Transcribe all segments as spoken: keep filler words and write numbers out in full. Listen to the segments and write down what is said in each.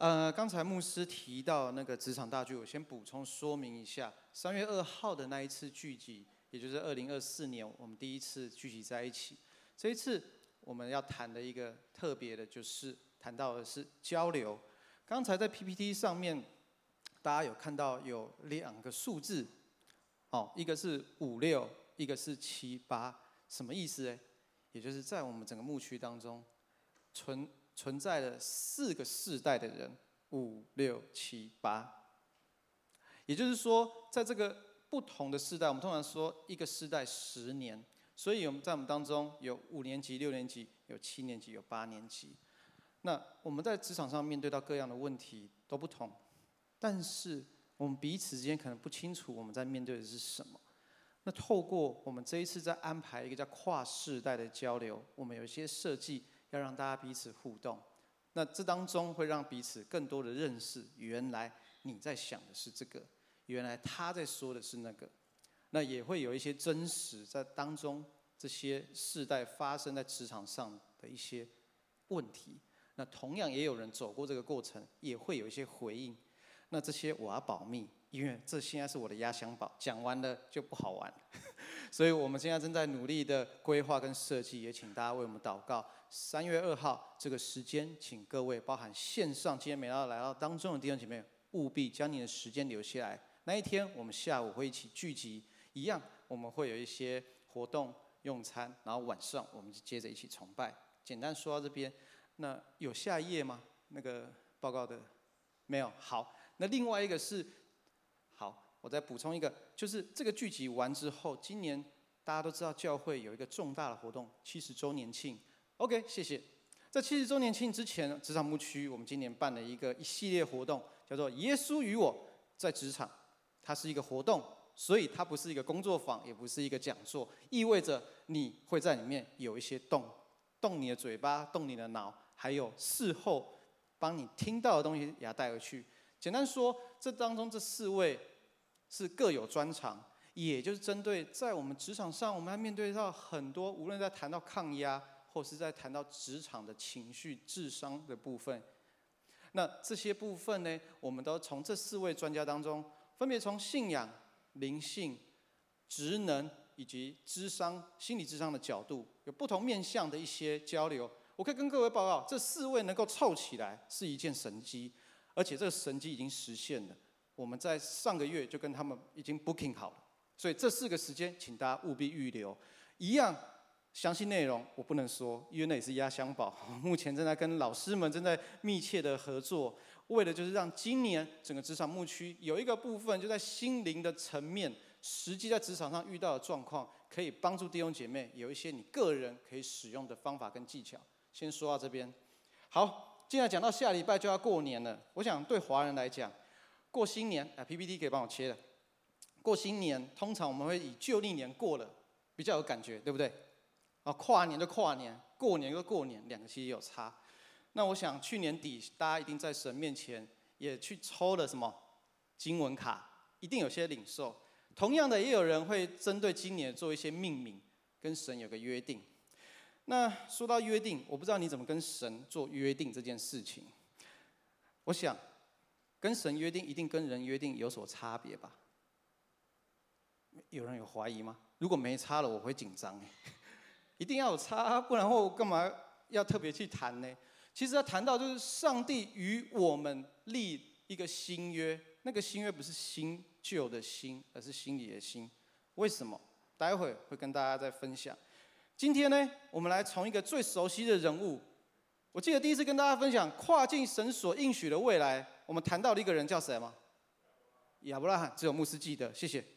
呃，刚才牧师提到那个职场大聚，我先补充说明一下，三月二号的那一次聚集，也就是二零二四年我们第一次聚集在一起。这一次我们要谈的一个特别的，就是谈到的是交流。刚才在 P P T 上面，大家有看到有两个数字，哦，一个是五六，一个是七八，什么意思呢？也就是在我们整个牧区当中，存存在了四个世代的人，五六七八。也就是说，在这个不同的世代，我们通常说一个世代十年，所以我们在我们当中有五年级、六年级、有七年级、有八年级。那我们在职场上面对到各样的问题都不同，但是我们彼此之间可能不清楚我们在面对的是什么。那透过我们这一次在安排一个叫跨世代的交流，我们有一些设计要让大家彼此互动。那这当中会让彼此更多的认识，原来你在想的是这个，原来他在说的是那个。那也会有一些真实在当中这些世代发生在职场上的一些问题。那同样也有人走过这个过程，也会有一些回应。那这些我要保密，因为这现在是我的压箱宝，讲完了就不好玩。所以我们现在正在努力的规划跟设计，也请大家为我们祷告。三月二号这个时间，请各位包含线上今天没到来到当中的弟兄姐妹，务必将你的时间留下来。那一天我们下午会一起聚集，一样我们会有一些活动用餐，然后晚上我们就接着一起崇拜。简单说到这边。那有下一页吗？那个报告的没有。好，那另外一个是，好，我再补充一个，就是这个聚集完之后，今年大家都知道教会有一个重大的活动，七十周年庆。OK， 谢谢。在七十周年庆之前，职场牧区我们今年办了一个一系列活动，叫做“耶稣与我在职场”。它是一个活动，所以它不是一个工作坊，也不是一个讲座，意味着你会在里面有一些动。动你的嘴巴，动你的脑，还有事后帮你听到的东西也要带回去。简单说，这当中这四位是各有专长，也就是针对在我们职场上，我们要面对到很多，无论在谈到抗压，或是在谈到职场的情绪、智商的部分。那这些部分呢，我们都从这四位专家当中，分别从信仰、灵性、职能。以及諮商、心理諮商的角度，有不同面向的一些交流。我可以跟各位报告，这四位能够凑起来是一件神迹，而且这个神迹已经实现了。我们在上个月就跟他们已经 booking 好了，所以这四个时间，请大家务必预留。一样，详细内容我不能说，因为那也是压箱宝。目前正在跟老师们正在密切的合作，为了就是让今年整个职场牧区有一个部分，就在心灵的层面。实际在职场上遇到的状况，可以帮助弟兄姐妹有一些你个人可以使用的方法跟技巧。先说到这边。好，接下来讲到下礼拜就要过年了。我想对华人来讲，过新年啊 ，P P T 可以帮我切了。过新年，通常我们会以旧历年过了比较有感觉，对不对？啊，跨年就跨年，过年就过年，两个其实也有差。那我想去年底大家一定在神面前也去抽了什么经文卡，一定有些领受。同样的，也有人会针对今年做一些命名，跟神有个约定。那说到约定，我不知道你怎么跟神做约定这件事情。我想，跟神约定一定跟人约定有所差别吧？有人有怀疑吗？如果没差了，我会紧张哎。一定要有差，不然我干嘛要特别去谈呢？其实要谈到就是上帝与我们立一个新约，那个新约不是新旧的新，而是心里的心。为什么？待会会跟大家再分享。今天呢，我们来从一个最熟悉的人物，我记得第一次跟大家分享跨进神所应许的未来，我们谈到的一个人叫谁吗？亚伯拉罕，只有牧师记得，谢谢。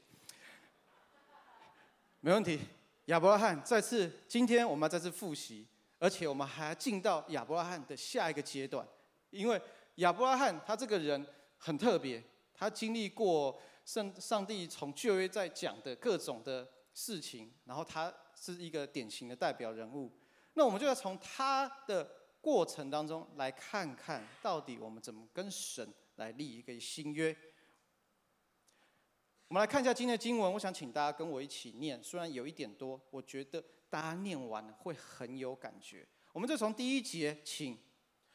没问题，亚伯拉罕再次，今天我们要再次复习，而且我们还要进到亚伯拉罕的下一个阶段，因为亚伯拉罕他这个人很特别，他经历过上上帝从旧约在讲的各种的事情，然后他是一个典型的代表人物。那我们就要从他的过程当中来看看，到底我们怎么跟神来立一个新约。我们来看一下今天的经文，我想请大家跟我一起念，虽然有一点多，我觉得大家念完会很有感觉。我们就从第一节，请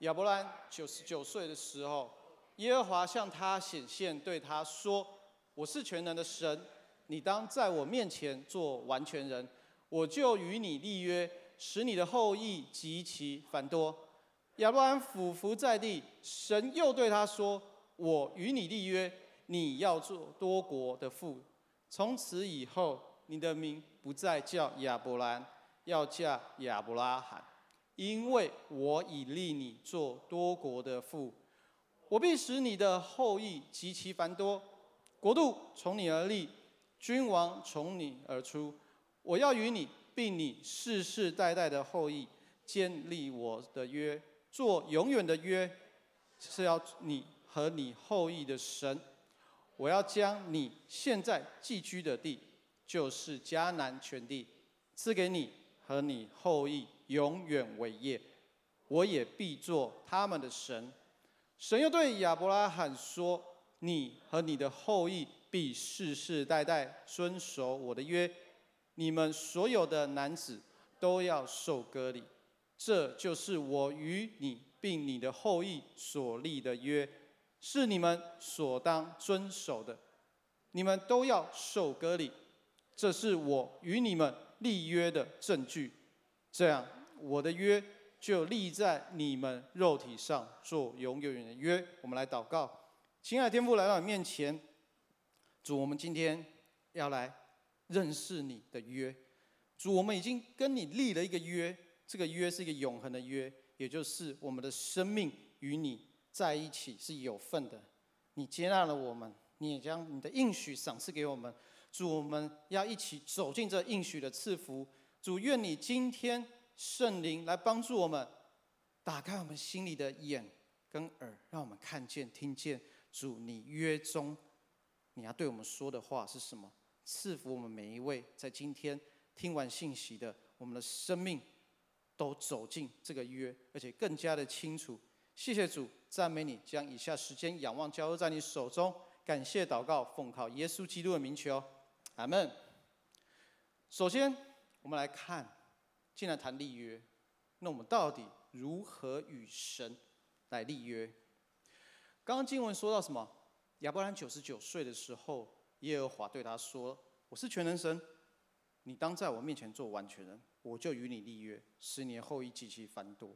亚伯兰九十九岁的时候，耶和华向他显现，对他说：“我是全能的神，你当在我面前做完全人，我就与你立约，使你的后裔极其繁多。”亚伯兰俯伏在地，神又对他说：“我与你立约，你要做多国的父。从此以后，你的名不再叫亚伯兰，要叫亚伯拉罕，因为我已立你做多国的父。我必使你的后裔极其繁多，国度从你而立，君王从你而出。我要与你并你世世代代的后裔建立我的约。”做永远的约，是要你和你后裔的神。我要将你现在寄居的地，就是迦南全地，赐给你和你后裔永远为业。我也必做他们的神。神又对亚伯拉罕说：“你和你的后裔必世世代代遵守我的约。你们所有的男子都要受割礼。这就是我与你并你的后裔所立的约，是你们所当遵守的。你们都要受割礼，这是我与你们立约的证据。这样，我的约就立在你们肉体上，做永远的约。”我们来祷告。亲爱的天父，来到你面前，主，我们今天要来认识你的约。主，我们已经跟你立了一个约。这个约是一个永恒的约，也就是我们的生命与你在一起是有份的。你接纳了我们，你也将你的应许赏赐给我们。主，我们要一起走进这应许的赐福。主，愿你今天圣灵来帮助我们，打开我们心里的眼跟耳，让我们看见、听见主你约中你要对我们说的话是什么。赐福我们每一位在今天听完信息的，我们的生命都走进这个约，而且更加的清楚。谢谢主，赞美你，将以下时间仰望交托在你手中。感谢祷告，奉靠耶稣基督的名求，阿们。首先，我们来看，既然谈立约，那我们到底如何与神来立约？刚刚经文说到什么？亚伯兰九十九岁的时候，耶和华对他说：“我是全能神，你当在我面前做完全人。我就与你立约，使你的后裔极其繁多。”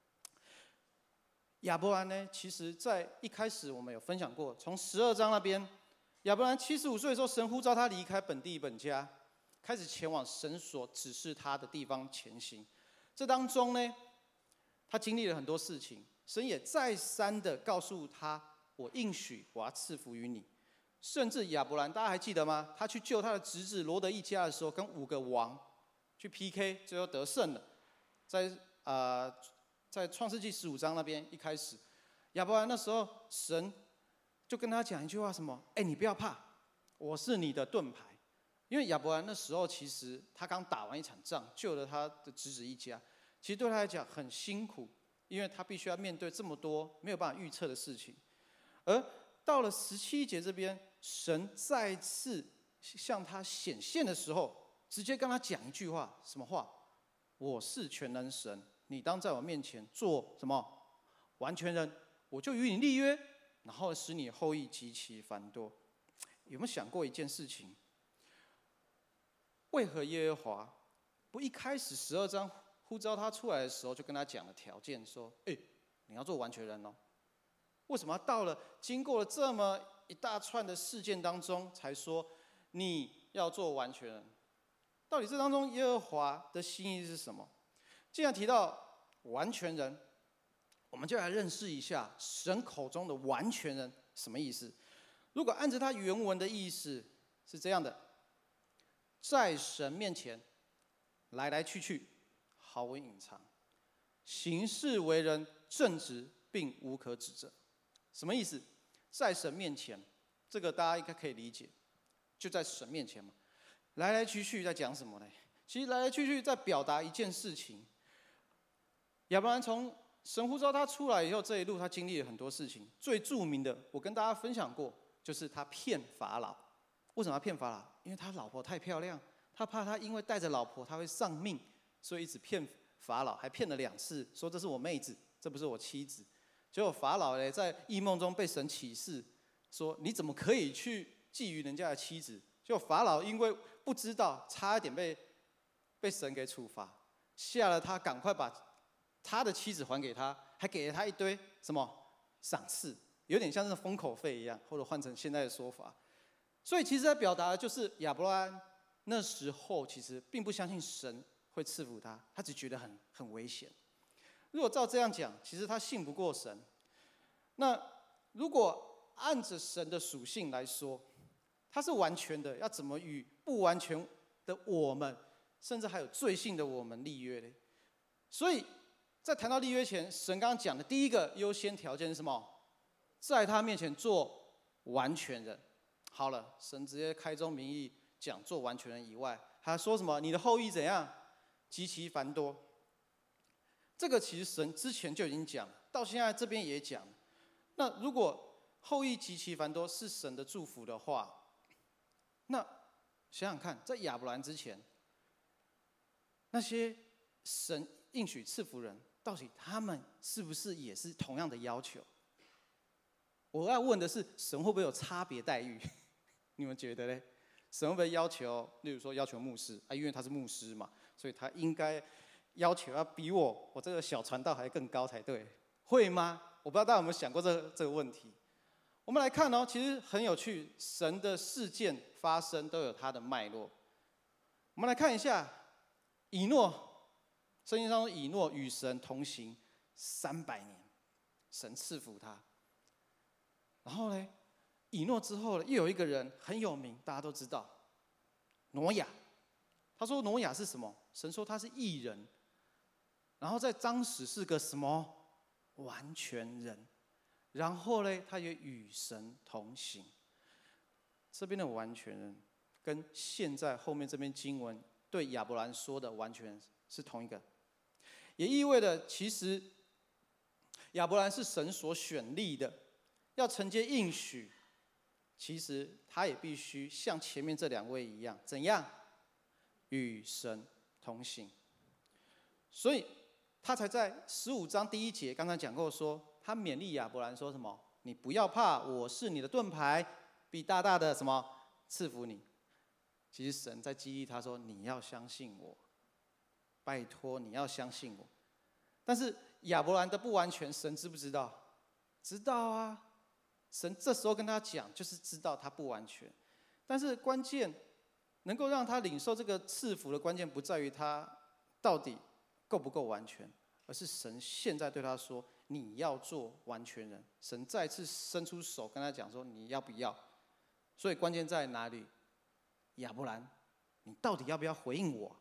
亚伯兰呢，其实在一开始我们有分享过，从十二章那边，亚伯兰七十五岁的时候，神呼召他离开本地本家，开始前往神所指示他的地方前行。这当中呢，他经历了很多事情，神也再三的告诉他：“我应许我要赐福于你。”甚至亚伯兰，大家还记得吗？他去救他的侄子罗德一家的时候，跟五个王去 P K， 最后得胜了。在啊、呃，在创世纪十五章那边一开始，亚伯兰那时候神就跟他讲一句话，什么？哎，你不要怕，我是你的盾牌。因为亚伯兰那时候其实他刚打完一场仗，救了他的侄子一家，其实对他来讲很辛苦，因为他必须要面对这么多没有办法预测的事情。而到了十七节这边，神再次向他显现的时候，直接跟他讲一句话，什么话？我是全能神，你当在我面前做什么？完全人，我就与你立约，然后使你后裔极其繁多。有没有想过一件事情？为何耶和华不一开始十二章呼召他出来的时候就跟他讲了条件，说：“哎，你要做完全人哦。”为什么到了经过了这么一大串的事件当中，才说你要做完全人？到底这当中耶和华的心意是什么？既然提到完全人，我们就来认识一下神口中的完全人什么意思。如果按照他原文的意思是这样的：在神面前来来去去，毫无隐藏，行事为人正直，并无可指责。什么意思？在神面前，这个大家应该可以理解，就在神面前嘛。来来去去在讲什么呢？其实来来去去在表达一件事情。亚伯兰从神呼召他出来以后，这一路他经历了很多事情。最著名的，我跟大家分享过，就是他骗法老。为什么要骗法老？因为他老婆太漂亮，他怕他因为带着老婆他会丧命，所以一直骗法老，还骗了两次，说这是我妹子， 这不是我妻子。结果法老呢，在异梦中被神启示说：“你怎么可以去觊觎人家的妻子？”结果法老因为不知道，差一点被被神给处罚，吓了他，赶快把他的妻子还给他，还给了他一堆什么赏赐，有点像是封口费一样，或者换成现在的说法。所以其实在表达的就是亚伯拉罕那时候其实并不相信神会赐福他，他只觉得很很危险。如果照这样讲，其实他信不过神。那如果按着神的属性来说，他是完全的，要怎么与不完全的我们，甚至还有罪性的我们立约呢？所以在谈到立约前，神刚刚讲的第一个优先条件是什么？在他面前做完全人。好了，神直接开宗明义讲做完全人以外，还说什么？你的后裔怎样？极其繁多。这个其实神之前就已经讲了，到现在这边也讲了。那如果后裔极其繁多是神的祝福的话，那想想看，在亚伯兰之前，那些神应许赐福人，到底他们是不是也是同样的要求？我要问的是，神会不会有差别待遇？你们觉得呢？神会不会要求，例如说要求牧师啊，因为他是牧师嘛，所以他应该要求要比我我这个小传道还更高才对？会吗？我不知道大家有没有想过这个这个问题。我们来看哦，其实很有趣，神的事件发生都有它的脉络。我们来看一下，以诺，圣经上说以诺与神同行三百年，神赐福他。然后呢，以诺之后呢，又有一个人很有名，大家都知道，挪亚。他说挪亚是什么？神说他是义人，然后在当时是个什么完全人。然后呢，他也与神同行。这边的完全人，跟现在后面这边经文对亚伯兰说的完全人是同一个，也意味着其实亚伯兰是神所选立的，要承接应许，其实他也必须像前面这两位一样，怎样与神同行。所以他才在十五章第一节刚才讲过说。他勉励亚伯兰说什么？你不要怕，我是你的盾牌，必大大的什么赐福你。其实神在激励他说：你要相信我，拜托你要相信我。但是亚伯兰的不完全，神知不知道？知道啊。神这时候跟他讲，就是知道他不完全。但是关键能够让他领受这个赐福的关键，不在于他到底够不够完全，而是神现在对他说。你要做完全人，神再次伸出手跟他讲说：“你要不要？”所以关键在哪里？亚伯兰，你到底要不要回应我？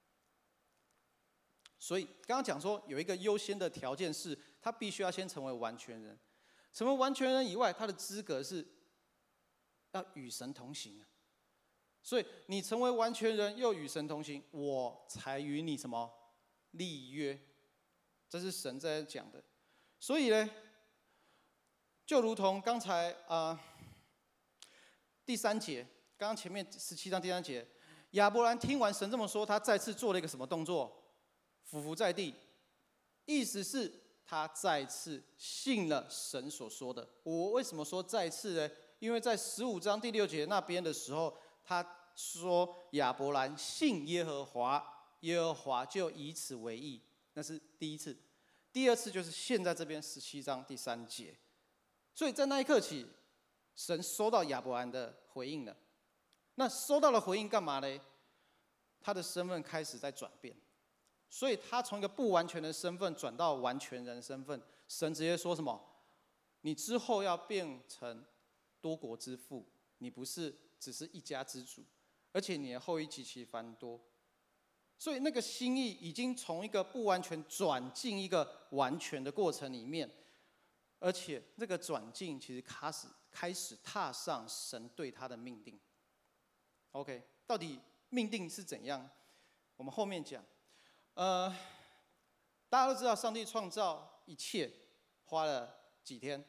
所以刚刚讲说有一个优先的条件是，他必须要先成为完全人。成为完全人以外，他的资格是要与神同行。所以你成为完全人又与神同行，我才与你什么立约？这是神在讲的。所以呢，就如同刚才啊、呃、第三节，刚刚前面十七章第三节，亚伯兰听完神这么说，他再次做了一个什么动作？俯伏在地，意思是他再次信了神所说的。我为什么说再次呢？因为在十五章第六节那边的时候，他说亚伯兰信耶和华，耶和华就以此为义，那是第一次。第二次就是现在这边十七章第三节，所以在那一刻起，神收到亚伯兰的回应了。那收到了回应干嘛呢？他的身份开始在转变，所以他从一个不完全的身份转到完全人身份。神直接说什么？你之后要变成多国之父，你不是只是一家之主，而且你的后裔极其繁多。所以那个心意已经从一个不完全转进一个完全的过程里面，而且这个转进其实开始开始踏上神对他的命定。OK， 到底命定是怎样？我们后面讲。呃，大家都知道，上帝创造一切花了几天？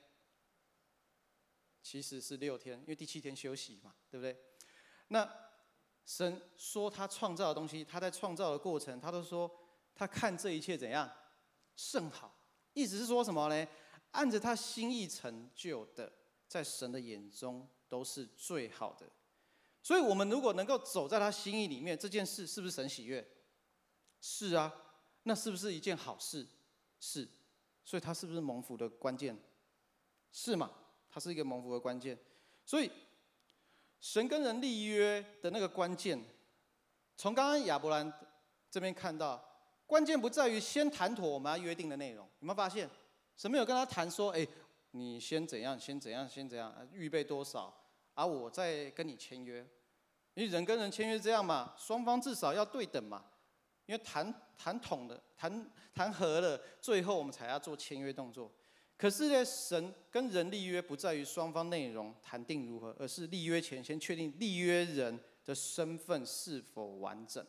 其实是六天，因为第七天休息嘛，对不对？那神说他创造的东西，他在创造的过程，他都说他看这一切怎样？甚好。 意思是说什么呢？按着他心意成就的，在神的眼中都是最好的。所以，我们如果能够走在他心意里面，这件事是不是神喜悦？是啊，那是不是一件好事？是。所以，他是不是蒙福的关键？是嘛？它是一个蒙福的关键。所以，神跟人立约的那个关键，从刚刚亚伯兰这边看到，关键不在于先谈妥我们要约定的内容。有没有发现？神没有跟他谈说，哎，你先怎样，先怎样，先怎样，预备多少，而、啊、我再跟你签约。因为人跟人签约这样嘛，双方至少要对等嘛。因为谈谈统的，谈谈和了，最后我们才要做签约动作。可是呢，神跟人立约不在于双方内容谈定如何，而是立约前先确定立约人的身份是否完整。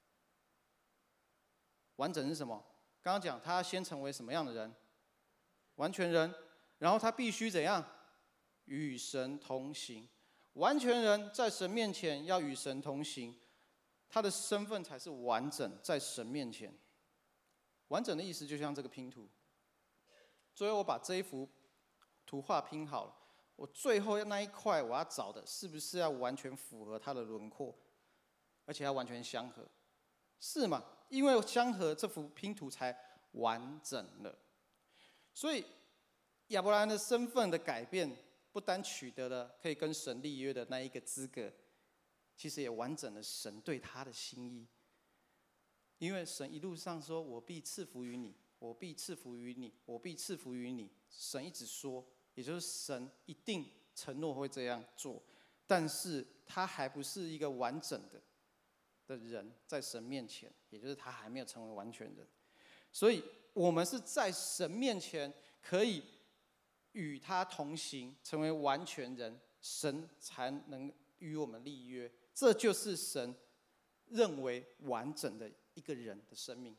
完整是什么？刚刚讲他要先成为什么样的人？完全人，然后他必须怎样？与神同行。完全人在神面前要与神同行，他的身份才是完整，在神面前。完整的意思就像这个拼图，最后我把这一幅图画拼好了，我最后那一块我要找的是不是要完全符合它的轮廓，而且要完全相合，是嘛？因为相合，这幅拼图才完整了。所以亚伯兰的身份的改变，不单取得了可以跟神立约的那一个资格，其实也完整了神对他的心意。因为神一路上说：“我必赐福于你，我必赐福于你，我必赐福于你。”神一直说，也就是神一定承诺会这样做，但是他还不是一个完整的的人，在神面前，也就是他还没有成为完全人。所以，我们是在神面前可以与他同行，成为完全人，神才能与我们立约。这就是神认为完整的一个人的生命。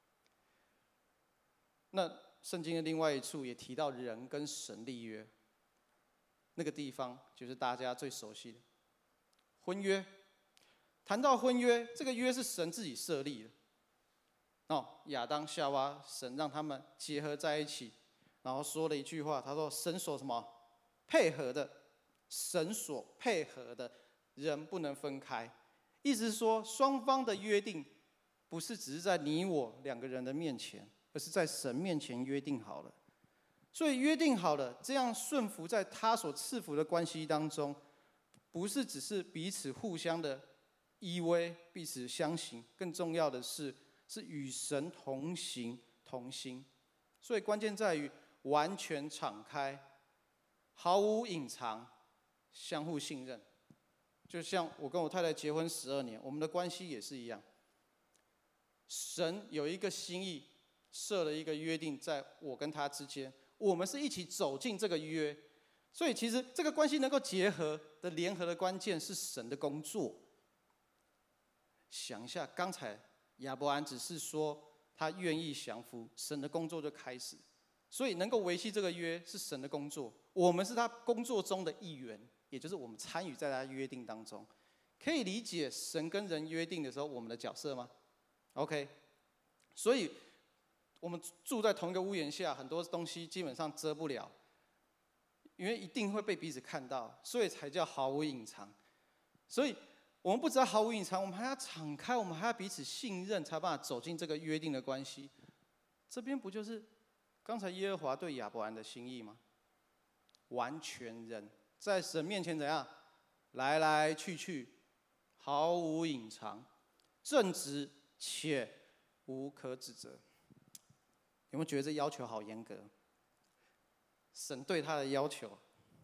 那圣经的另外一处也提到人跟神立约，那个地方就是大家最熟悉的婚约。谈到婚约，这个约是神自己设立的。哦，亚当夏娃，神让他们结合在一起，然后说了一句话，他说：“神所什么配合的，神所配合的，人不能分开。”意思是说，双方的约定不是只是在你我两个人的面前，而是在神面前约定好了。所以约定好了，这样顺服在他所赐福的关系当中，不是只是彼此互相的依偎、彼此相行，更重要的是，是与神同行同心。所以关键在于完全敞开，毫无隐藏，相互信任。就像我跟我太太结婚十二年，我们的关系也是一样。神有一个心意，设了一个约定，在我跟他之间，我们是一起走进这个约。所以其实这个关系能够结合的联合的关键是神的工作。想一下，刚才亚伯兰只是说他愿意降服，神的工作就开始。所以能够维系这个约是神的工作，我们是他工作中的一员，也就是我们参与在他约定当中。可以理解神跟人约定的时候我们的角色吗 ？OK， 所以我们住在同一个屋檐下，很多东西基本上遮不了，因为一定会被彼此看到，所以才叫毫无隐藏。所以我们不只要毫无隐藏，我们还要敞开，我们还要彼此信任，才有办法走进这个约定的关系。这边不就是刚才耶和华对亚伯兰的心意吗？完全人在神面前怎样？来来去去，毫无隐藏，正直且无可指责。有没有觉得这要求好严格？神对他的要求。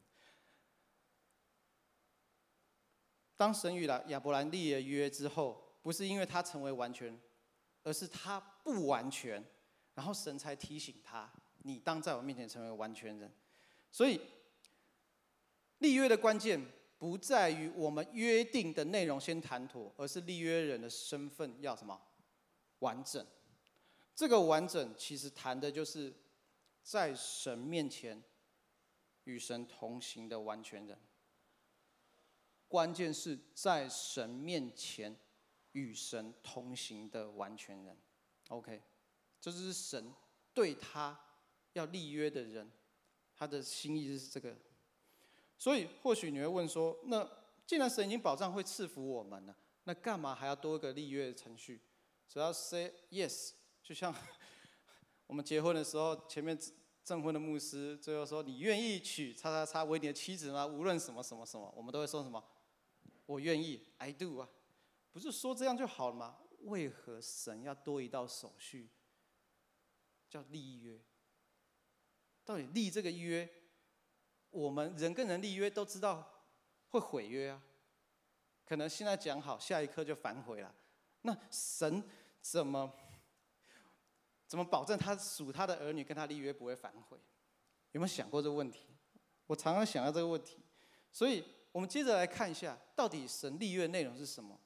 当神与亚伯兰立了约之后，不是因为他成为完全，而是他不完全，然后神才提醒他：你当在我面前成为完全人。所以立约的关键不在于我们约定的内容先谈妥，而是立约人的身份要什么？完整。这个完整其实谈的就是在神面前与神同行的完全人。关键是在神面前与神同行的完全人。OK， 这就是神对他要立约的人，他的心意是这个。所以或许你会问说，那既然神已经保障会赐福我们了，那干嘛还要多一个立约的程序？只要 say yes， 就像我们结婚的时候，前面证婚的牧师最后说：“你愿意娶叉叉叉为你的妻子吗？无论什么什么什么，我们都会说什么？我愿意 ，I do 啊，不是说这样就好了吗？为何神要多一道手续，叫立约？到底立这个约，我们人跟人立约都知道会毁约啊，可能现在讲好，下一刻就反悔了。那神怎么？”怎么保证他属他的儿女跟他立约不会反悔？有没有想过这个问题？我常常想到这个问题，所以我们接着来看一下，到底神立约的内容是什么？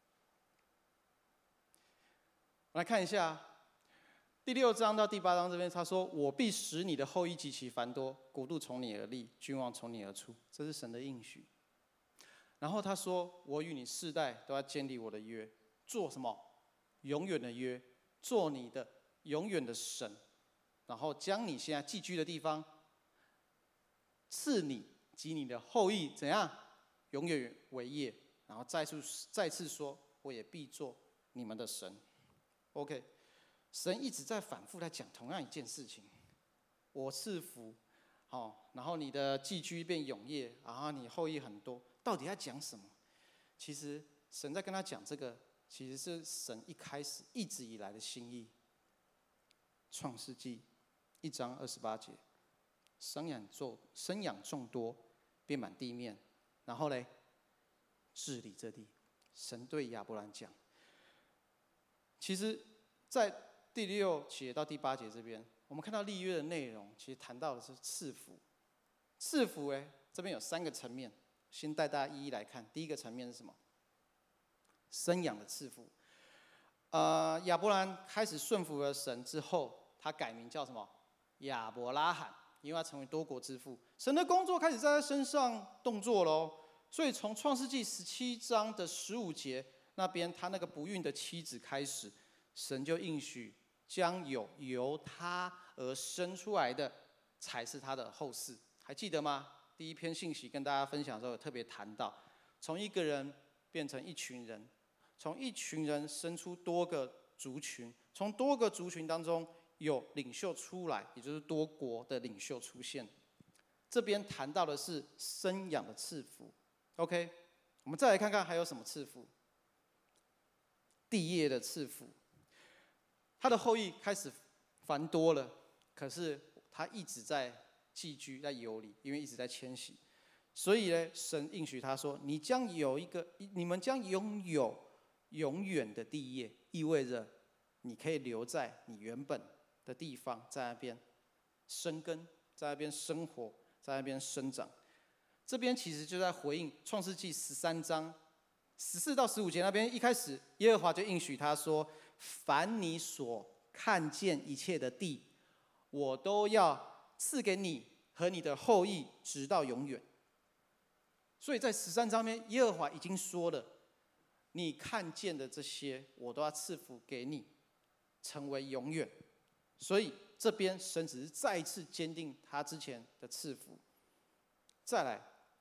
来看一下第六章到第八章这边，他说：“我必使你的后裔极其繁多，国度从你而立，君王从你而出。”这是神的应许。然后他说：“我与你世代都要建立我的约，做什么？永远的约，做你的。”永远的神，然后将你现在寄居的地方赐你及你的后裔怎样永远为业，然后再次再次说，我也必做你们的神。OK， 神一直在反复在讲同样一件事情，我赐福，哦，然后你的寄居变永业，然后你后裔很多，到底在讲什么？其实神在跟他讲这个，其实是神一开始一直以来的心意。创世纪一章二十八节，生养众生养众多，遍满地面，然后嘞，治理这地。神对亚伯兰讲。其实，在第六节到第八节这边，我们看到立约的内容，其实谈到的是赐福。赐福哎，这边有三个层面，先带大家一一来看。第一个层面是什么？生养的赐福。呃，亚伯兰开始顺服了神之后。他改名叫什么？亚伯拉罕，因为他成为多国之父。神的工作开始在他身上动作喽。所以从创世纪十七章的十五节那边，他那个不孕的妻子开始，神就应许将有由他而生出来的才是他的后世。还记得吗？第一篇信息跟大家分享的时候，有特别谈到，从一个人变成一群人，从一群人生出多个族群，从多个族群当中。有领袖出来，也就是多国的领袖出现。这边谈到的是生养的赐福。OK， 我们再来看看还有什么赐福。地业的赐福，他的后裔开始繁多了，可是他一直在寄居，在游离，因为一直在迁徙。所以呢，神应许他说：“你将有一个，你们将拥有永远的地业，意味着你可以留在你原本。”的地方，在那边生根，在那边生活，在那边生长。这边其实就在回应创世纪十三章十四到十五节那边，一开始耶和华就应许他说：“凡你所看见一切的地，我都要赐给你和你的后裔，直到永远。”所以在十三章面，耶和华已经说了：“你看见的这些，我都要赐福给你，成为永远。”所以这边神只是再一次坚定他之前的赐福。再来，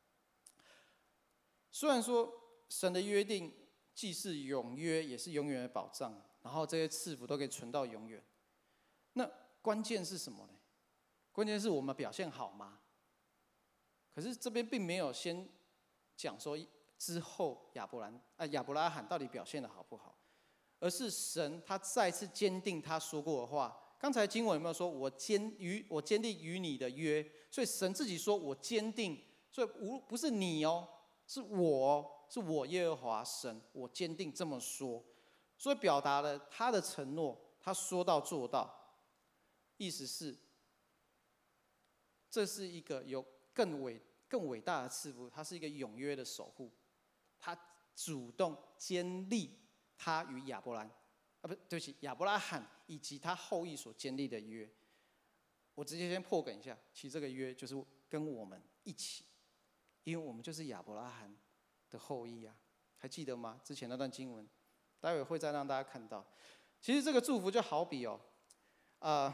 虽然说神的约定既是永约，也是永远的保障，然后这些赐福都可以存到永远。那关键是什么呢？关键是我们表现好吗？可是这边并没有先讲说之后亚伯兰啊亚伯拉罕到底表现的好不好，而是神他再次坚定他说过的话。刚才经文有没有说我坚与我坚定与你的约？所以神自己说我坚定，所以无不是你哦，是我哦，是我耶和华神，我坚定这么说，所以表达了他的承诺，他说到做到，意思是这是一个有更伟更伟大的赐福，它是一个永约的守护，他主动坚立他与亚伯兰。啊，不对不起，亚伯拉罕以及他后裔所建立的约，我直接先破梗一下，其实这个约就是跟我们一起，因为我们就是亚伯拉罕的后裔啊，还记得吗？之前那段经文，待会会再让大家看到。其实这个祝福就好比哦，呃，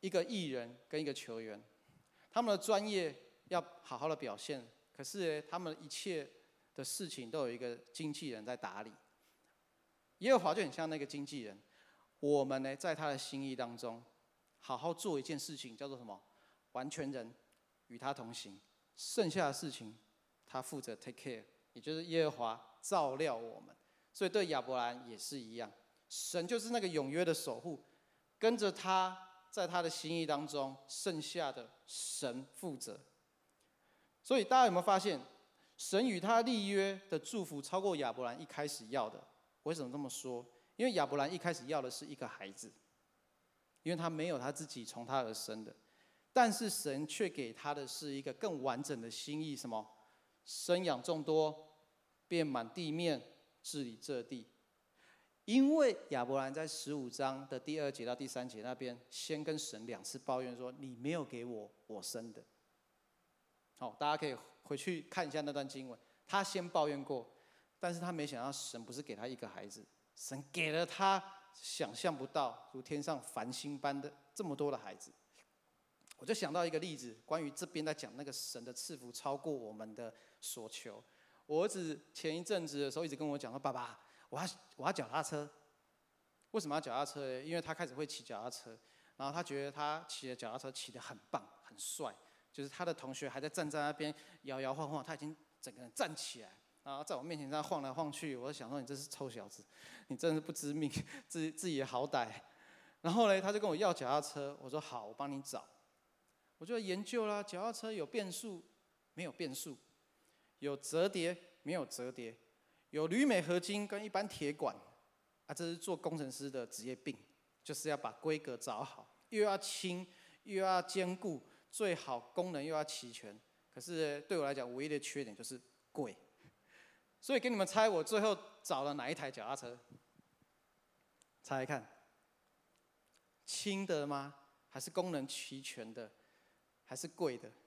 一个艺人跟一个球员，他们的专业要好好的表现，可是他们一切的事情都有一个经纪人在打理。耶和华就很像那个经纪人，我们呢在他的心意当中，好好做一件事情，叫做什么？完全人与他同行，剩下的事情他负责 take care， 也就是耶和华照料我们。所以对亚伯兰也是一样，神就是那个永约的守护，跟着他在他的心意当中，剩下的神负责。所以大家有没有发现，神与他立约的祝福超过亚伯兰一开始要的？为什么这么说？因为亚伯兰一开始要的是一个孩子，因为他没有他自己从他而生的，但是神却给他的是一个更完整的心意，什么？生养众多，遍满地面，治理这地。因为亚伯兰在十五章的第二节到第三节那边，先跟神两次抱怨说：“你没有给我我生的。”好，大家可以回去看一下那段经文，他先抱怨过。但是他没想到，神不是给他一个孩子，神给了他想象不到，如天上繁星般的这么多的孩子。我就想到一个例子，关于这边在讲那个神的赐福超过我们的所求。我儿子前一阵子的时候一直跟我讲说：“爸爸，我要我要脚踏车。”为什么要脚踏车呢？因为他开始会骑脚踏车，然后他觉得他骑的脚踏车骑得很棒很帅，就是他的同学还在站在那边摇摇晃晃，他已经整个人站起来。然后在我面前这样晃来晃去，我就想说你这是臭小子，你真是不知命，自己自己也好歹。然后呢，他就跟我要脚踏车，我说好，我帮你找。我就研究啦，脚踏车有变速，没有变速；有折叠，没有折叠；有铝镁合金跟一般铁管。啊，这是做工程师的职业病，就是要把规格找好，又要轻，又要坚固，最好功能又要齐全。可是对我来讲，唯一的缺点就是贵。所以给你们猜，我最后找了哪一台脚踏车？猜猜看，轻的吗？还是功能齐全的？还是贵的？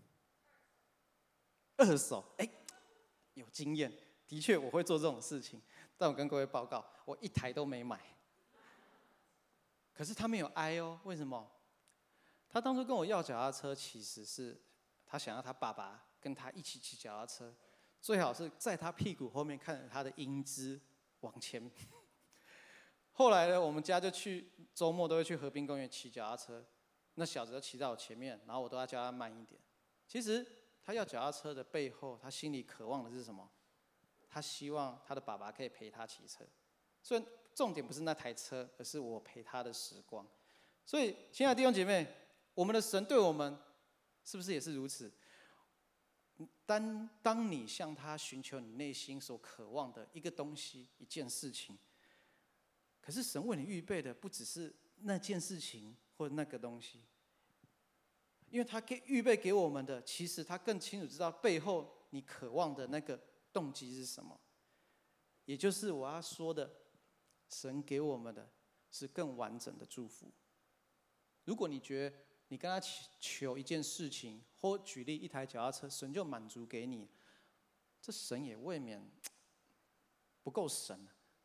二手，哎，有经验，的确我会做这种事情。但我跟各位报告，我一台都没买。可是他没有哀哦，为什么？他当初跟我要脚踏车，其实是他想要他爸爸跟他一起骑脚踏车。最好是在他屁股后面看着他的英姿往前。后来呢，我们家就去周末都会去河滨公园骑脚踏车，那小子就骑在我前面，然后我都要叫他慢一点。其实他要脚踏车的背后，他心里渴望的是什么？他希望他的爸爸可以陪他骑车。所以重点不是那台车，而是我陪他的时光。所以，亲爱的弟兄姐妹，我们的神对我们是不是也是如此？当当你向他寻求你内心所渴望的一个东西、一件事情，可是神为你预备的不只是那件事情或那个东西，因为他给预备给我们的，其实他更清楚知道背后你渴望的那个动机是什么。也就是我要说的，神给我们的是更完整的祝福。如果你觉得你跟他求一件事情，或举例一台脚踏车，神就满足给你，这神也未免不够神。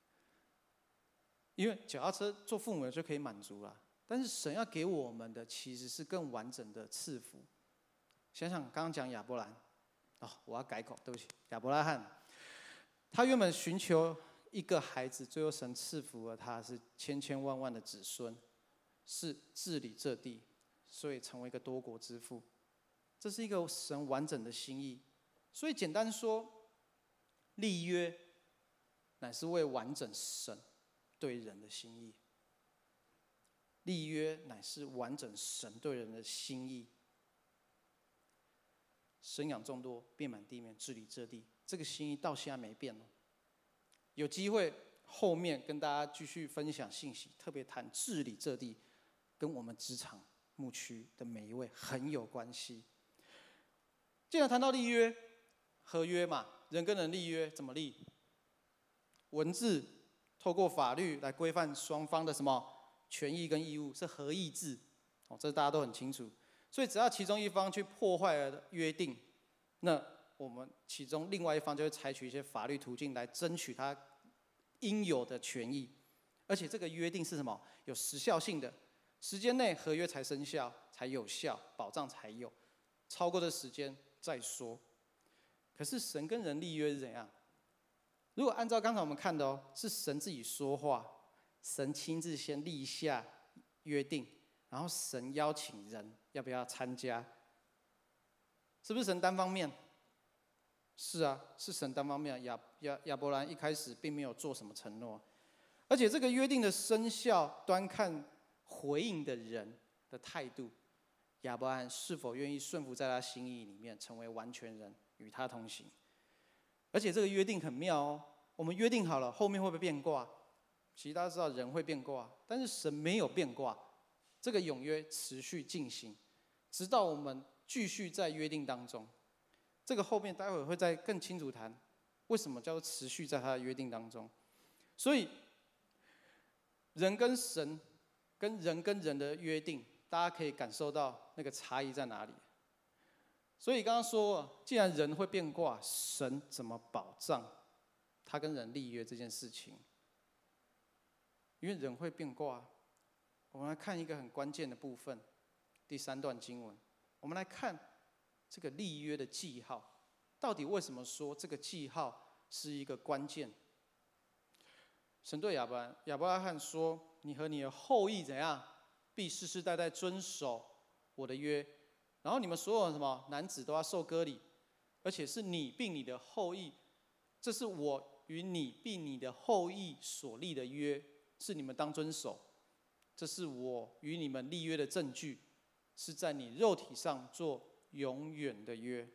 因为脚踏车做父母的就可以满足了，但是神要给我们的其实是更完整的赐福。想想刚刚讲亚伯兰，哦，我要改口，对不起，亚伯拉罕，他原本寻求一个孩子，最后神赐福了他，是千千万万的子孙，是治理这地。所以成为一个多国之父，这是一个神完整的心意。所以简单说，立约乃是为完整神对人的心意。立约乃是完整神对人的心意。生养众多，遍满地面，治理这地，这个心意到现在没变哦。有机会后面跟大家继续分享信息，特别谈治理这地，跟我们职场牧区的每一位很有关系。既然谈到立约、合约嘛，人跟人立约怎么立？文字透过法律来规范双方的什么权益跟义务，是合意制，哦，这大家都很清楚。所以只要其中一方去破坏了约定，那我们其中另外一方就会采取一些法律途径来争取他应有的权益。而且这个约定是什么？有时效性的。 时间内合约才生效，才有效，保障才有。超过的时间再说。可是神跟人立约是怎样？如果按照刚才我们看的哦，是神自己说话，神亲自先立下约定，然后神邀请人要不要参加？是不是神单方面？是啊，是神单方面。亚亚亚伯兰一开始并没有做什么承诺，而且这个约定的生效，端看回应的人的态度。亚伯兰是否愿意顺服在他心意里面，成为完全人，与他同行？而且这个约定很妙哦，我们约定好了，后面会不会变卦？其实大家知道人会变卦，但是神没有变卦，这个永约持续进行，直到我们继续在约定当中。这个后面待会会再更清楚谈，为什么叫做持续在他的约定当中。所以，人跟神，跟人跟人的约定，大家可以感受到那个差异在哪里。所以刚刚说，既然人会变卦，神怎么保障他跟人立约这件事情？因为人会变卦，我们来看一个很关键的部分，第三段经文，我们来看这个立约的记号，到底为什么说这个记号是一个关键？神对亚伯兰亚伯拉罕说：“你和你的后裔怎样，必世世代代遵守我的约。然后你们所有的什么男子都要受割礼，而且是你并你的后裔，这是我与你并你的后裔所立的约，是你们当遵守。这是我与你们立约的证据，是在你肉体上做永远的约。”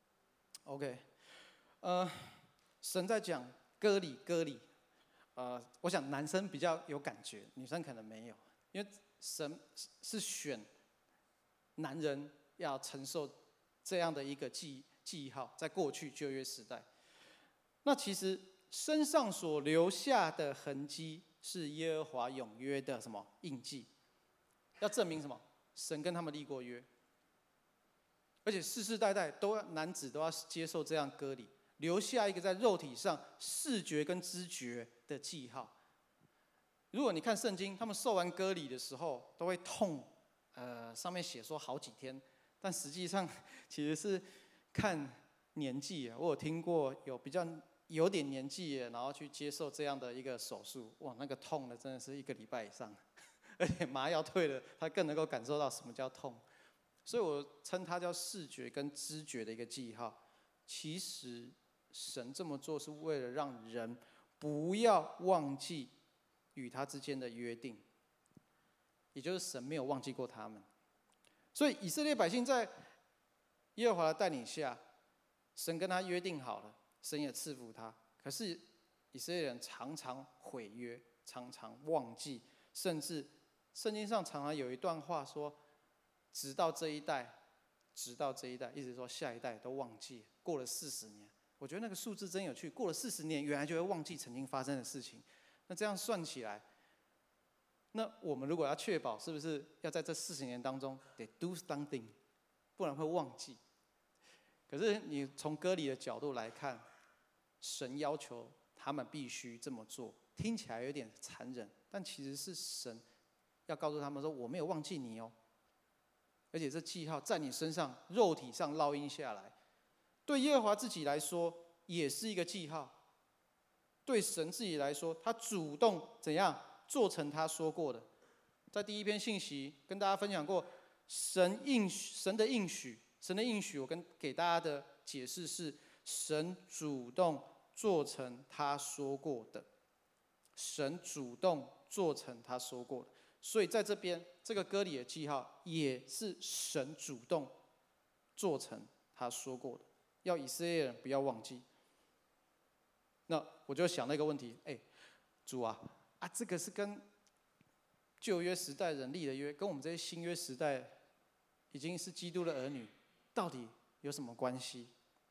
OK， 呃，神在讲割礼，割礼，呃，我想男生比较有感觉，女生可能没有，因为神是选男人要承受这样的一个记记号，在过去旧约时代，那其实身上所留下的痕迹是耶和华永约的什么印记？要证明什么？神跟他们立过约，而且世世代代都要男子都要接受这样割礼，留下一个在肉体上视觉跟知觉的记号。如果你看圣经，他们受完割礼的时候都会痛，呃，上面写说好几天，但实际上其实是看年纪。我有听过有比较有点年纪，然后去接受这样的一个手术，哇，那个痛的真的是一个礼拜以上，而且麻药退了，他更能够感受到什么叫痛。所以我称它叫视觉跟知觉的一个记号。其实神这么做是为了让人不要忘记与他之间的约定，也就是神没有忘记过他们。所以以色列百姓在耶和华的带领下，神跟他约定好了，神也赐福他。可是以色列人常常毁约，常常忘记，甚至圣经上常常有一段话说，直到这一代，直到这一代，一直说下一代都忘记，过了四十年。我觉得那个数字真有趣，过了四十年，原来就会忘记曾经发生的事情。那这样算起来，那我们如果要确保，是不是要在这四十年当中得 do something， 不然会忘记。可是你从割礼的角度来看，神要求他们必须这么做，听起来有点残忍，但其实是神要告诉他们说：“我没有忘记你哦。”而且这记号在你身上肉体上烙印下来，对耶和华自己来说也是一个记号。对神自己来说，他主动怎样做成他说过的。在第一篇信息跟大家分享过，神应神的应许，神的应许，我跟给大家的解释是，神主动做成他说过的，神主动做成他说过的。所以在这边，这个割礼的记号也是神主动做成他说过的，要以色列人不要忘记。那我就想那个问题，哎，主啊，啊，这个是跟旧约时代人立的约，跟我们这些新约时代已经是基督的儿女，到底有什么关系？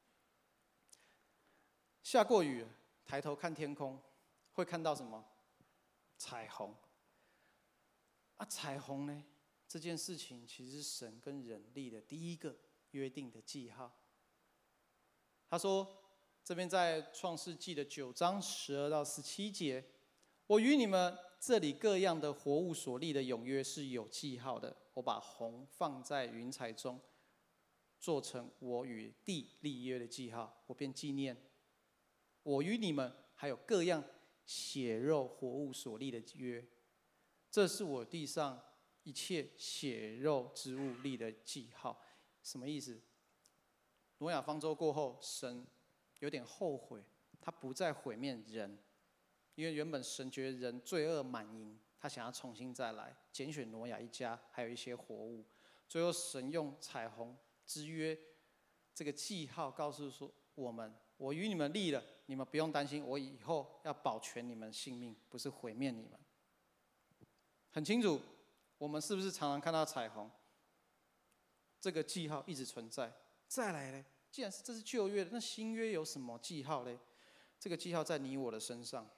下过雨，抬头看天空，会看到什么？彩虹。啊，彩虹呢？这件事情其实是神跟人立的第一个约定的记号。他说，这边在创世纪的九章十二到十七节，我与你们这里各样的活物所立的永约是有记号的。我把红放在云彩中，做成我与地立约的记号，我便纪念我与你们还有各样血肉活物所立的约。这是我地上一切血肉之物立的记号。什么意思？挪亚方舟过后，神有点后悔，他不再毁灭人，因为原本神觉得人罪恶满盈，他想要重新再来，拣选挪亚一家，还有一些活物。最后，神用彩虹之约这个记号告诉说我们：我与你们立了，你们不用担心，我以后要保全你们性命，不是毁灭你们。很清楚，我们是不是常常看到彩虹？这个记号一直存在。再来呢，既然是这是旧约的，那新约有什么记号呢？这个记号在你我的身上，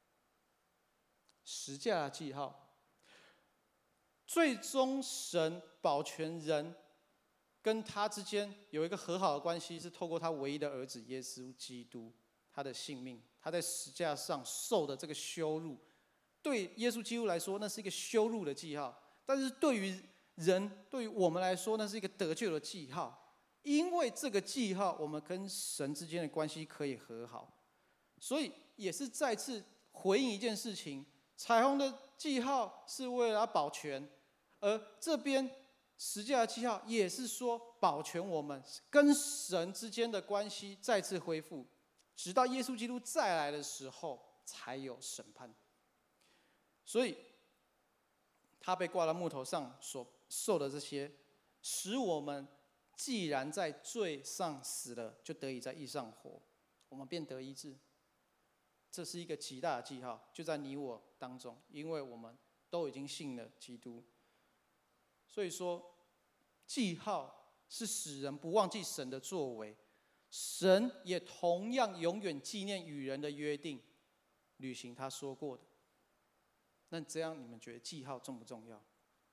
十架的记号。最终神保全人跟他之间有一个和好的关系，是透过他唯一的儿子耶稣基督，他的性命，他在十架上受的这个羞辱，对耶稣基督来说，那是一个羞辱的记号；但是对于人，对于我们来说，那是一个得救的记号。因为这个记号，我们跟神之间的关系可以和好，所以也是再次回应一件事情：彩虹的记号是为了要保全，而这边十架的记号也是说保全我们跟神之间的关系再次恢复，直到耶稣基督再来的时候才有审判。所以他被挂到木头上所受的这些，使我们既然在罪上死了，就得以在义上活，我们便得医治。这是一个极大的记号，就在你我当中，因为我们都已经信了基督。所以说，记号是使人不忘记神的作为，神也同样永远纪念与人的约定，履行他说过的。那这样你们觉得记号重不重要？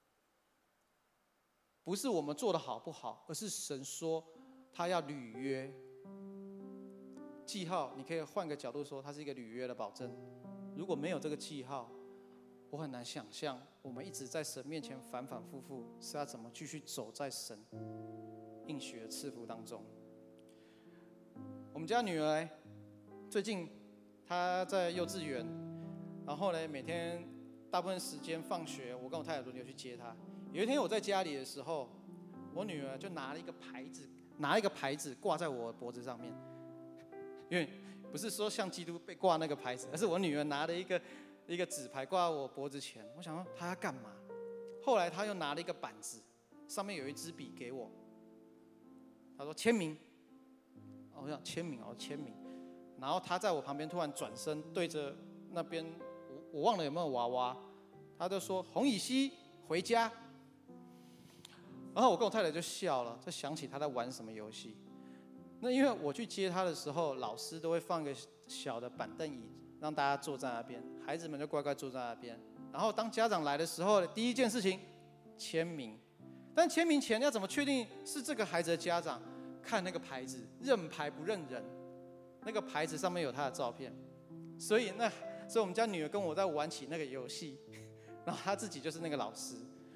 不是我们做的好不好，而是神说他要履约。记号你可以换个角度说，它是一个履约的保证。如果没有这个记号，我很难想象我们一直在神面前反反复复，是要怎么继续走在神应许的赐福当中。我们家女儿最近她在幼稚园，然后呢每天大部分时间放学，我跟我太太轮流去接她。有一天我在家里的时候，我女儿就拿了一个牌子，拿一个牌子挂在我脖子上面。因为不是说像基督被挂那个牌子，而是我女儿拿了一个一个纸牌挂在我脖子前。我想说她要干嘛？后来她又拿了一个板子，上面有一支笔给我。她说签名。我想签名哦，签名。然后她在我旁边突然转身对着那边，我我忘了有没有娃娃，她就说洪以西回家。然后我跟我太太就笑了，就想起她在玩什么游戏。那因为我去接她的时候，老师都会放一个小的板凳椅，让大家坐在那边，孩子们就乖乖坐在那边。然后当家长来的时候，第一件事情签名。但签名前要怎么确定是这个孩子的家长？看那个牌子，认牌不认人。那个牌子上面有他的照片，所以那所以我们家女儿跟我在玩起那个游戏，然后她自己就是那个老师。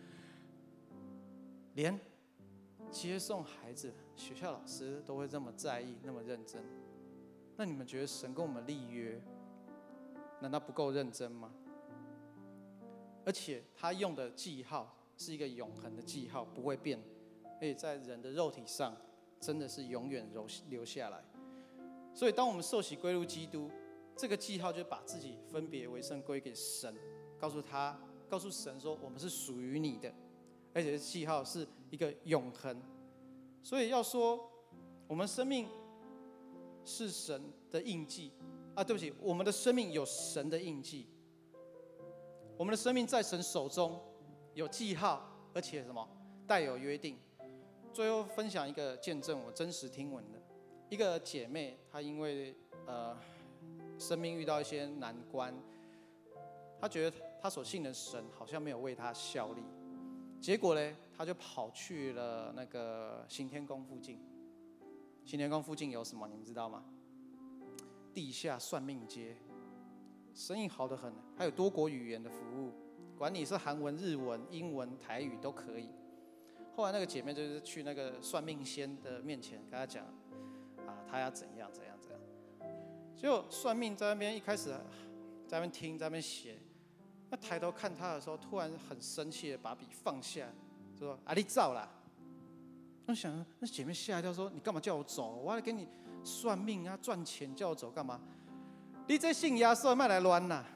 连接送孩子，学校老师都会这么在意，那么认真。那你们觉得神跟我们立约，难道不够认真吗？而且他用的记号是一个永恒的记号，不会变，而且在人的肉体上真的是永远留下来。所以当我们受洗归入基督，这个记号就把自己分别为圣归给神，告诉他，告诉神说我们是属于你的。而且记号是一个永恒，所以要说我们生命是神的印记啊，对不起，我们的生命有神的印记，我们的生命在神手中有记号，而且什么带有约定。最后分享一个见证，我真实听闻的，一个姐妹，她因为呃生命遇到一些难关，她觉得她所信的神好像没有为她效力。结果呢，他就跑去了那个行天宫附近。行天宫附近有什么？你们知道吗？地下算命街， 生意好得很，还有多国语言的服务，管你是韩文、日文、英文、台语都可以。后来那个姐妹就是去那个算命仙的面前跟他讲，啊，她要怎样怎样怎样。结果算命在那边一开始在那边听，在那边写，那抬头看他的时候，突然很生气的把笔放下，说：“啊，你走啦！”我想，那姐妹吓一跳，说：“你干嘛叫我走？我要给你算命啊，赚钱，叫我走干嘛？你这信耶稣，卖来乱呐！”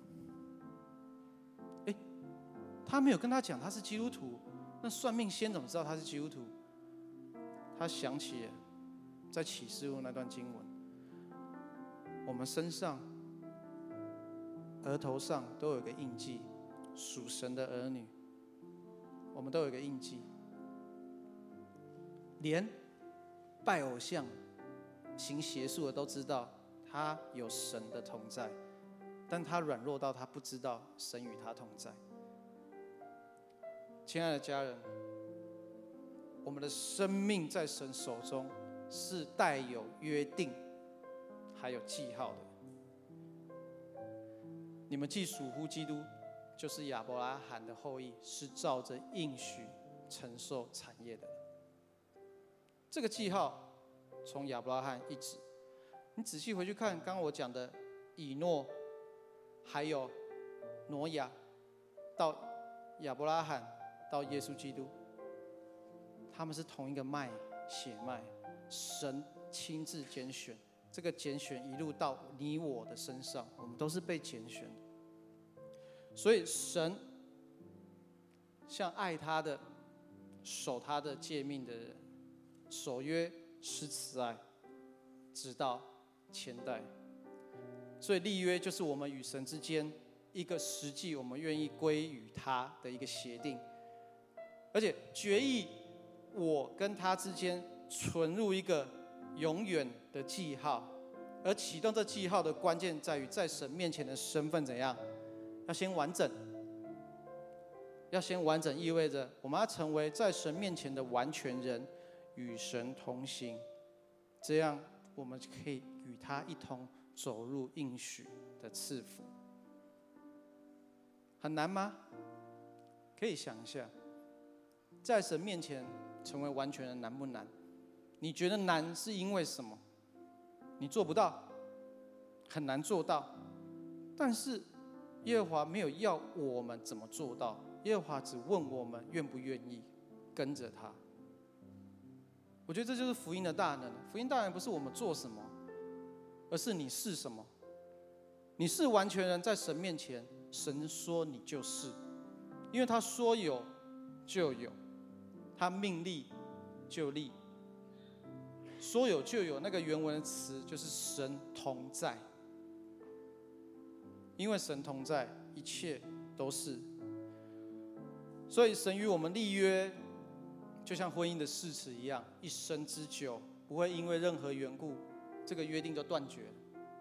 哎，他没有跟他讲他是基督徒，那算命先怎么知道他是基督徒？他想起了在启示录那段经文，我们身上、额头上都有一个印记，属神的儿女，我们都有一个印记。连拜偶像、行邪术的都知道他有神的同在，但他软弱到他不知道神与他同在。亲爱的家人，我们的生命在神手中是带有约定还有记号的。你们既属乎基督，就是亚伯拉罕的后裔，是照着应许承受产业的。这个记号从亚伯拉罕一直，你仔细回去看，刚刚我讲的以诺，还有挪亚，到亚伯拉罕，到耶稣基督，他们是同一个脉血脉，神亲自拣选，这个拣选一路到你我的身上，我们都是被拣选的。所以神像爱他的、守他的诫命的人，守约施慈爱，直到千代。所以立约就是我们与神之间一个实际我们愿意归于他的一个协定，而且决议我跟他之间存入一个永远的记号。而启动这记号的关键在于，在神面前的身份怎样？要先完整。要先完整意味着我们要成为在神面前的完全人，与神同行，这样我们可以与他一同走入应许的赐福。很难吗？可以想一下，在神面前成为完全人难不难？你觉得难是因为什么？你做不到，很难做到。但是耶和华没有要我们怎么做到，耶和华只问我们愿不愿意跟着他。我觉得这就是福音的大能。福音大能不是我们做什么，而是你是什么。你是完全人，在神面前，神说你就是，因为他说有就有，他命立就立。说有就有，那个原文的词就是神同在，因为神同在，一切都是。所以神与我们立约，就像婚姻的誓词一样，一生之久，不会因为任何缘故，这个约定就断绝了。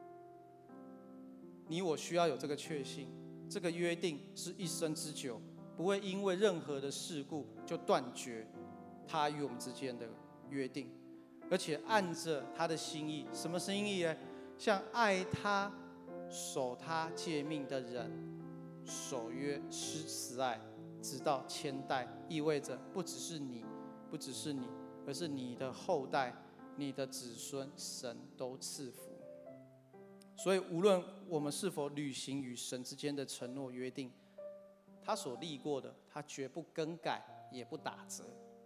你我需要有这个确信，这个约定是一生之久，不会因为任何的事故就断绝他与我们之间的约定，而且按着他的心意。什么心意呢？像爱他、守他诫命的人，守约施慈爱，直到千代，意味着不只是你，不只是你，而是你的后代、你的子孙，神都赐福。所以无论我们是否履行与神之间的承诺约定，他所立过的，他绝不更改，也不打折。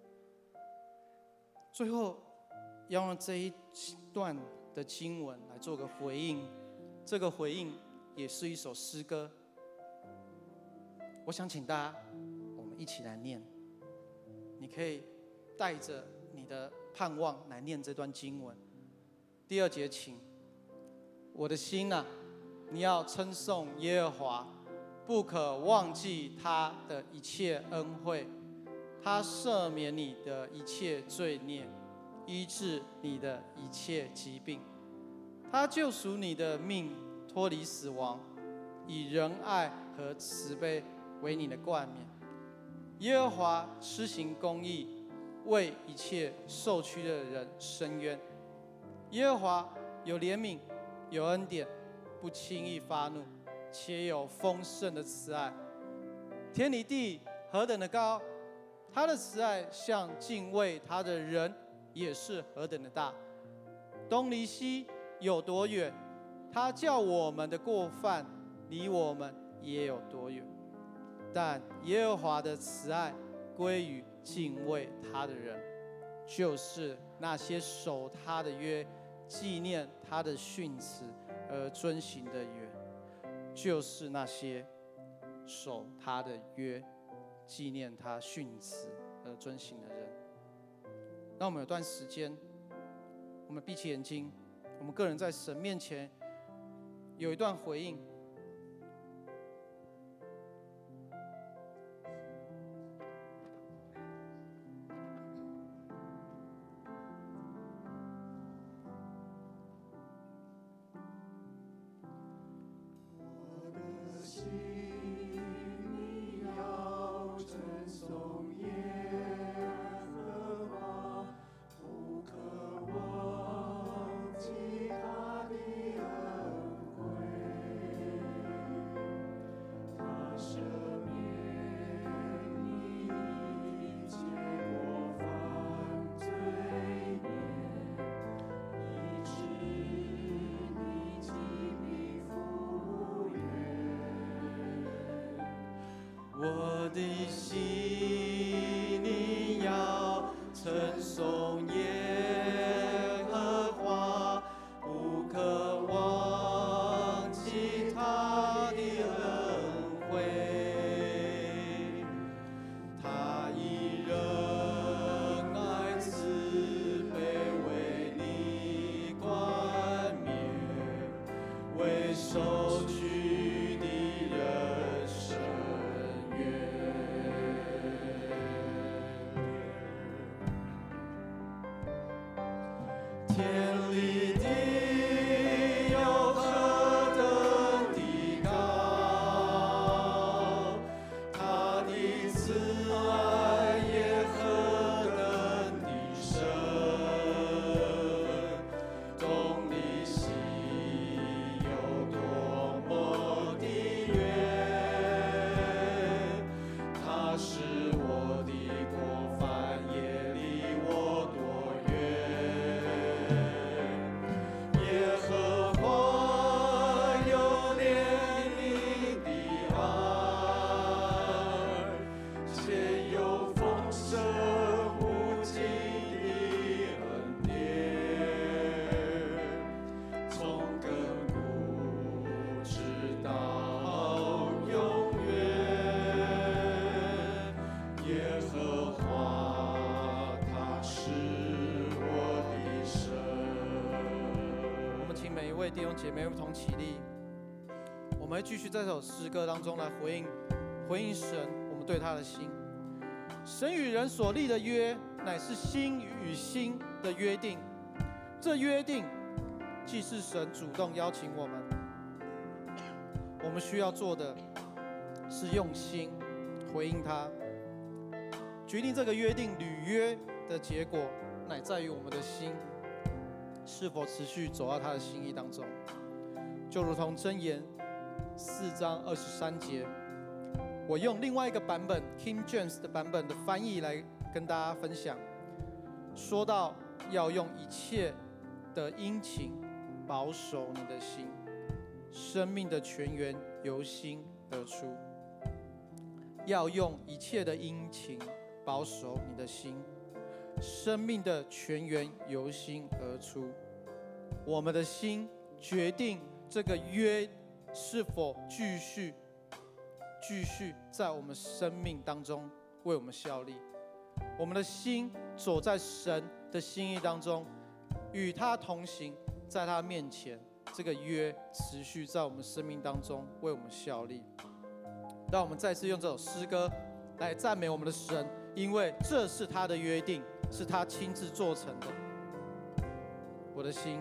最后要用这一段的经文来做个回应，这个回应也是一首诗歌。我想请大家我们一起来念，你可以带着你的盼望来念这段经文。第二节请。我的心啊，你要称颂耶和华，不可忘记他的一切恩惠，他赦免你的一切罪孽，医治你的一切疾病，他救赎你的命，脱离死亡，以仁爱和慈悲为你的冠冕。耶和华施行公义，为一切受屈的人伸冤。耶和华有怜悯，有恩典，不轻易发怒， 且有丰盛的慈爱。天离地何等的高，他的慈爱向敬畏他的人也是何等的大。东离西有多远，他叫我们的过犯离我们也有多远。但耶和华的慈爱归于敬畏他的人，就是那些守他的约、纪念他的训词而遵行的约，就是那些守他的约、纪念他训词而遵行的人。让我们有段时间，我们闭起眼睛，我们个人在神面前有一段回应。我的心，你要称颂耶和华，不可忘记他的恩惠。他以仁爱慈悲为你冠冕，为受屈的人伸冤。天离地有何等的高，他的慈爱也何等的深，东离西有多么的远，他使我的过犯也离我多远。耶和华有怜悯的爱，且有丰盛无尽的恩典，从亘古直到永远。耶和华他是我的神。我们请每一位弟兄姐妹一同起立，我们会继续在这首诗歌当中来回应回应神我们对他的心。神与人所立的约，乃是心与心的约定。这约定既是神主动邀请我们，我们需要做的是用心回应他。决定这个约定履约的结果，乃在于我们的心是否持续走到他的心意当中。就如同箴言四章二十三节，我用另外一个版本 King James 的版本的翻译来跟大家分享，说到要用一切的殷勤保守你的心，生命的泉源由心而出。要用一切的殷勤保守你的心，生命的泉源由心而出。我们的心决定这个约是否继续继续在我们生命当中为我们效力。我们的心走在神的心意当中，与他同行，在他面前，这个约持续在我们生命当中为我们效力。让我们再次用这首诗歌来赞美我们的神，因为这是他的约定，是他亲自做成的。我的心，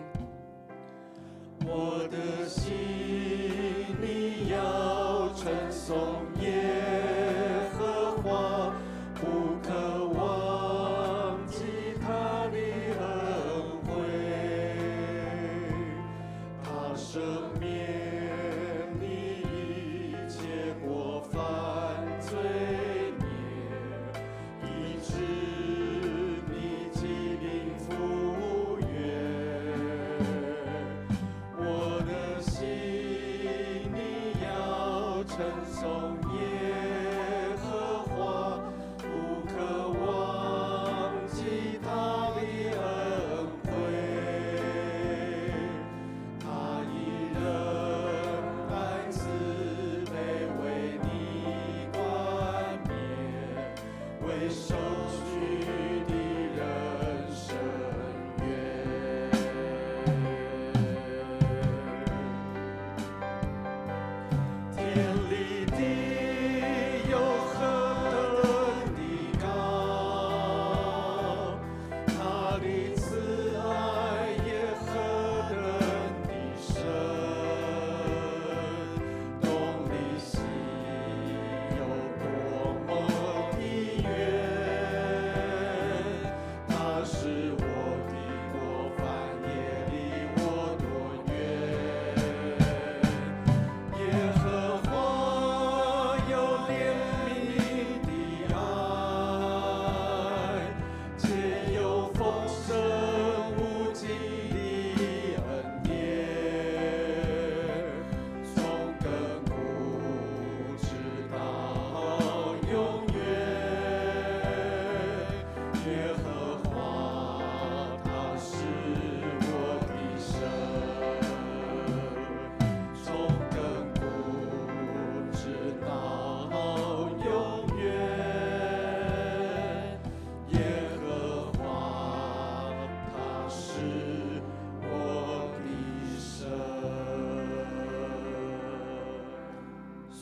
我的心，你要称颂耶和华，不可忘记他的恩惠。他赦免你一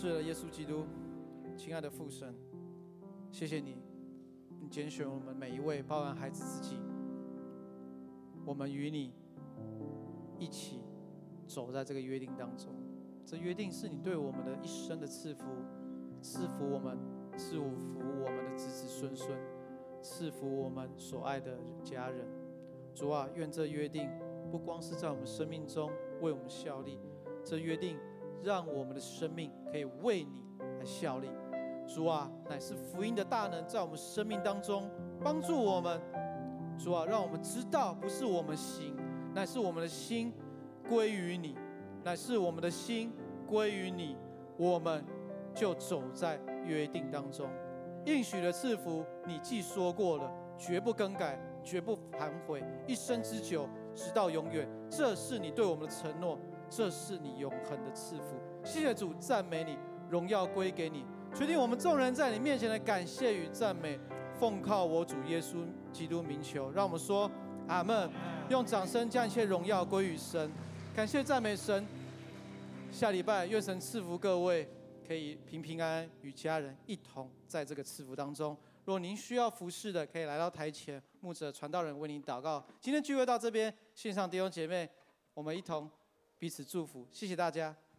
是的，耶稣基督，亲爱的父神，谢谢你，你拣选我们每一位，包含孩子自己，我们与你一起走在这个约定当中。这约定是你对我们的一生的赐福，赐福我们，赐福我们的子子孙孙，赐福我们所爱的家人。主啊，愿这约定不光是在我们生命中为我们效力，这约定让我们的生命可以为你来效力。主啊，乃是福音的大能在我们生命当中帮助我们。主啊，让我们知道不是我们行，乃是我们的心归于你，乃是我们的心归于你，我们就走在约定当中。应许的赐福，你既说过了，绝不更改，绝不反悔，一生之久，直到永远。这是你对我们的承诺，这是你永恒的赐福。谢谢主，赞美你，荣耀归给你。决定我们众人在你面前的感谢与赞美，奉靠我主耶稣基督名求。让我们说阿们，用掌声将一切荣耀归于神。感谢赞美神。下礼拜愿神赐福各位，可以平平安安与家人一同在这个赐福当中。若您需要服侍的，可以来到台前，牧者传道人为您祷告。今天聚会到这边，线上弟兄姐妹，我们一同彼此祝福。谢谢大家。